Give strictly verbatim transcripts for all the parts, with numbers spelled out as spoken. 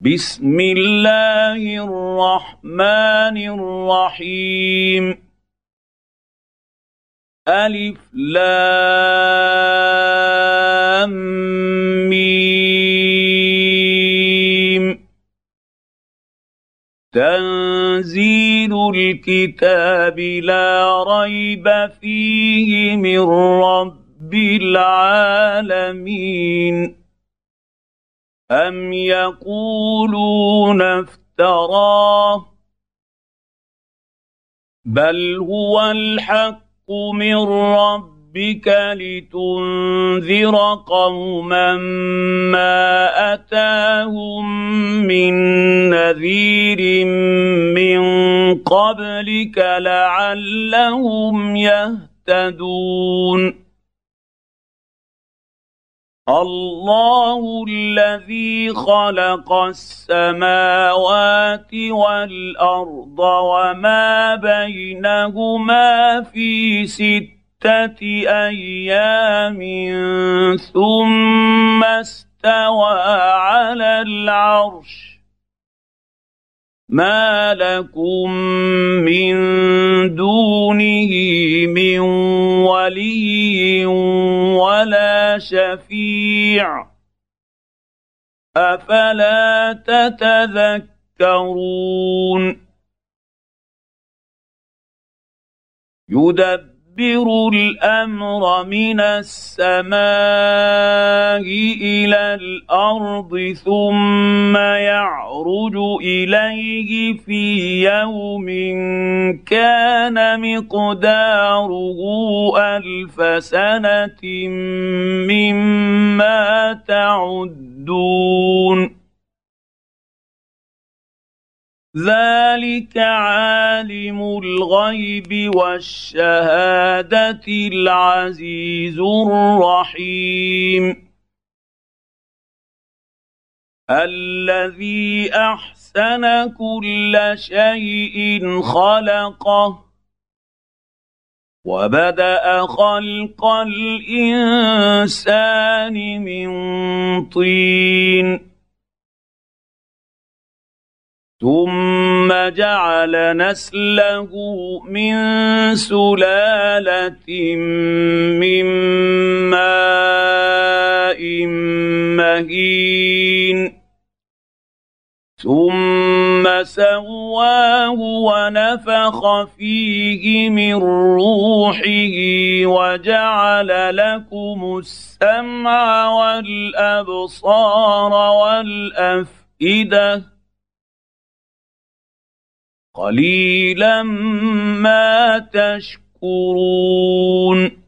بسم الله الرحمن الرحيم ألف لام ميم تنزيل الكتاب لا ريب فيه من رب العالمين أم يقولون افتراه بل هو الحق من ربك لتنذر قوما ما أتاهم من نذير من قبلك لعلهم يهتدون الله الذي خلق السماوات والأرض وما بينهما في ستة أيام ثم استوى على العرش ما لكم من دونه من ولي ولا شفيع أفلا تتذكرون يدبر الأمر من السماء إلى الأرض ثم يعرج إليه في يوم كان مقداره ألف سنة مما تعدون ذلك عالم الغيب والشهادة العزيز الرحيم الذي أحسن كل شيء خلقه وبدأ خلق الإنسان من طين ثم جعل نسله من سلالة من ماء مهين ثم سواه ونفخ فيه من روحه وجعل لكم السمع والأبصار والأفئدة قليلا ما تشكرون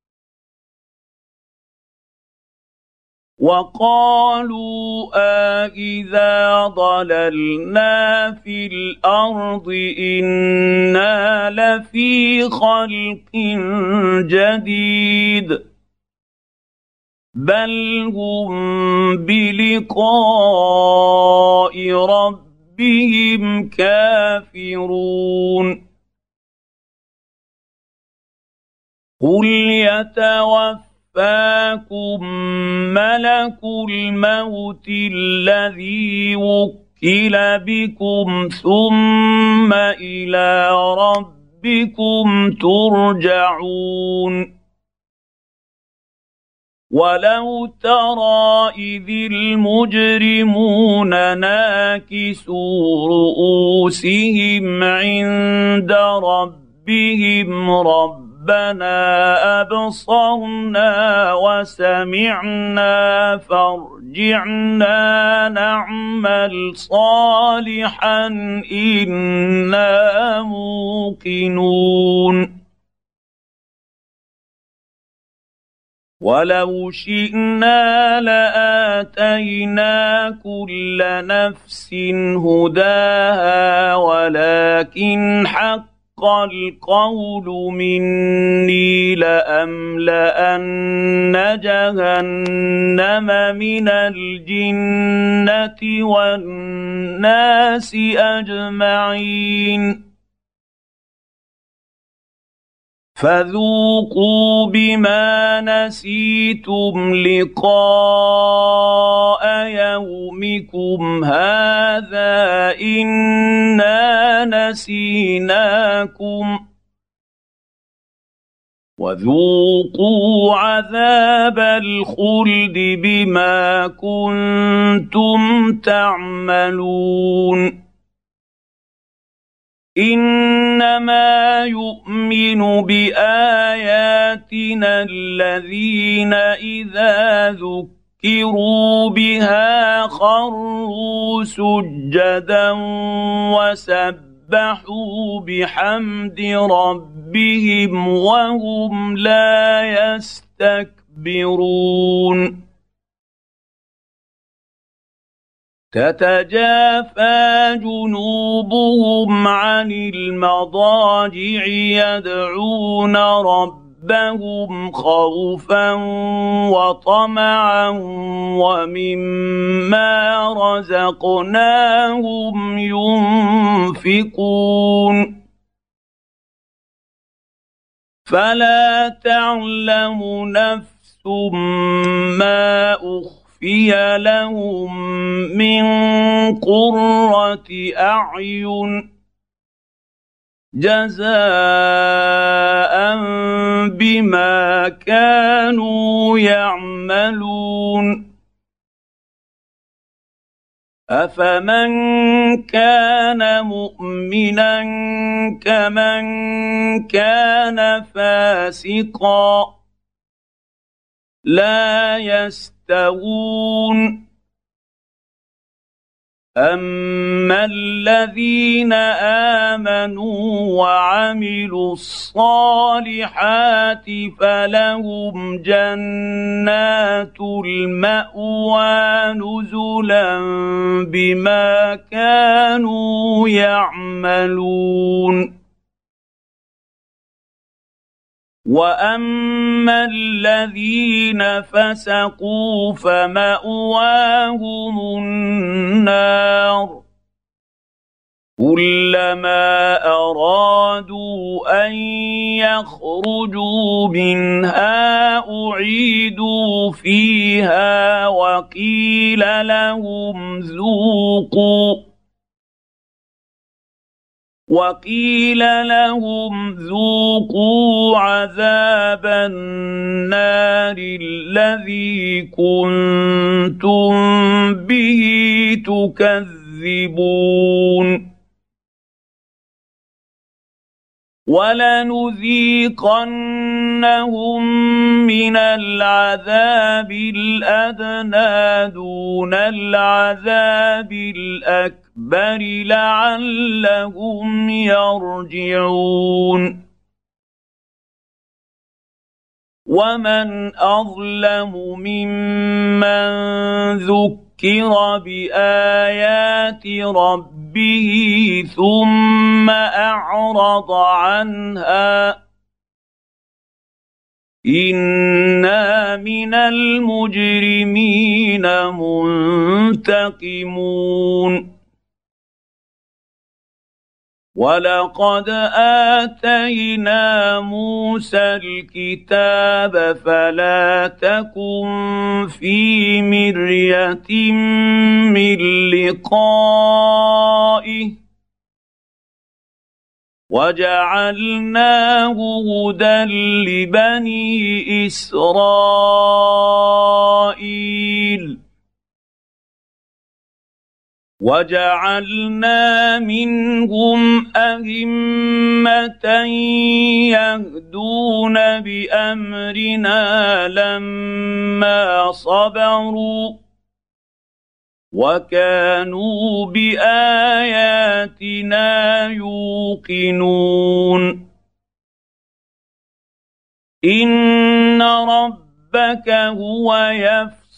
وقالوا أإذا ضللنا في الأرض إنا لفي خلق جديد بل هم بلقاء ربهم بهم كافرون قل يتوفاكم ملك الموت الذي وكل بكم ثم إلى ربكم ترجعون ولو ترى إذ المجرمون ناكسوا رؤوسهم عند ربهم ربنا أبصرنا وسمعنا فارجعنا نعمل صالحا إنا موقنون ولو شئنا لآتينا كل نفس هداها ولكن حق القول مني لأملأن جهنم من الجنة والناس أجمعين فذوقوا بما نسيتم لقاء يومكم هذا إنا نسيناكم وذوقوا عذاب الخلد بما كنتم تعملون إنما يؤمن بآياتنا الذين إذا ذكروا بها خروا سجدا وسبحوا بحمد ربهم وهم لا يستكبرون تتجافى جنوبهم عن المضاجع يدعون ربهم خوفا وطمعا ومما رزقناهم ينفقون فلا تعلم نفس ما أخفي فِيَ لَهُم مِّن قُرَّةِ أَعْيُنٍ جَزَاءً بِمَا كَانُوا يَعْمَلُونَ أَفَمَن كَانَ مُؤْمِنًا كَمَن كَانَ فَاسِقًا لَا يستوون أما الذين آمنوا وعملوا الصالحات فلهم جنات المأوى نزلا بما كانوا يعملون واما الذين فسقوا فمأواهم النار كلما ارادوا ان يخرجوا منها اعيدوا فيها وقيل لهم ذوقوا وقيل لهم ذوقوا عذاب النار الذي كنتم به تكذبون ولنذيقنهم من العذاب الأدنى دون العذاب الأكبر لعلهم يرجعون ومن أظلم ممن ذكر بآيات ربه ثم أعرض عنها إنا من المجرمين منتقمون ولقد آتينا موسى الكتاب فلا تكن في مرية من لقائه وجعلناه هدى لبني إسرائيل وجعلنا منهم أئمة يهدون بأمرنا لما صبروا وكانوا بآياتنا يوقنون إن ربك هو يفصل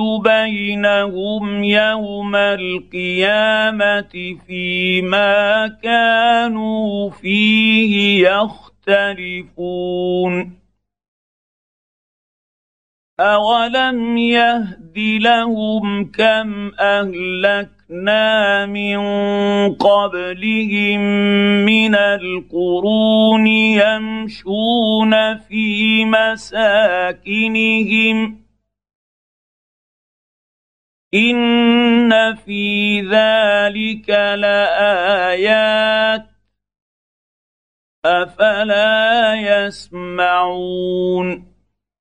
بينهم يوم القيامة فيما كانوا فيه يختلفون أولم يهد لهم كم أهلكنا من قبلهم من القرون يمشون في مساكنهم إن في ذلك لآيات أفلا يسمعون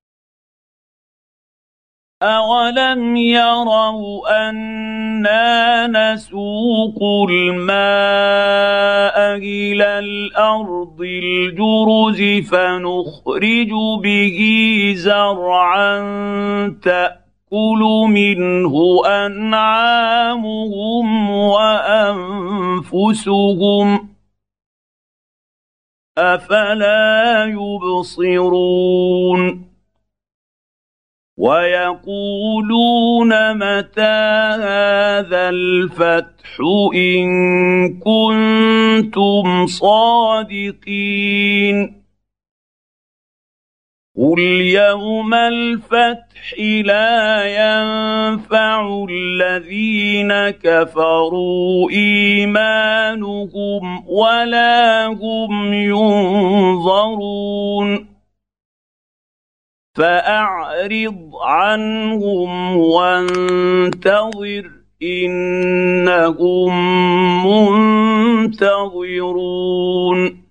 أولم يروا أنا نسوق الماء إلى الأرض الجرز فنخرج به زرعا تأكل منه أنعامهم وأنفسهم أفلا يبصرون ويقولون متى هذا الفتح إن كنتم صادقين قل يوم الفتح لا ينفع الذين كفروا إيمانهم ولا هم ينظرون فأعرض عنهم وانتظر إنهم منتظرون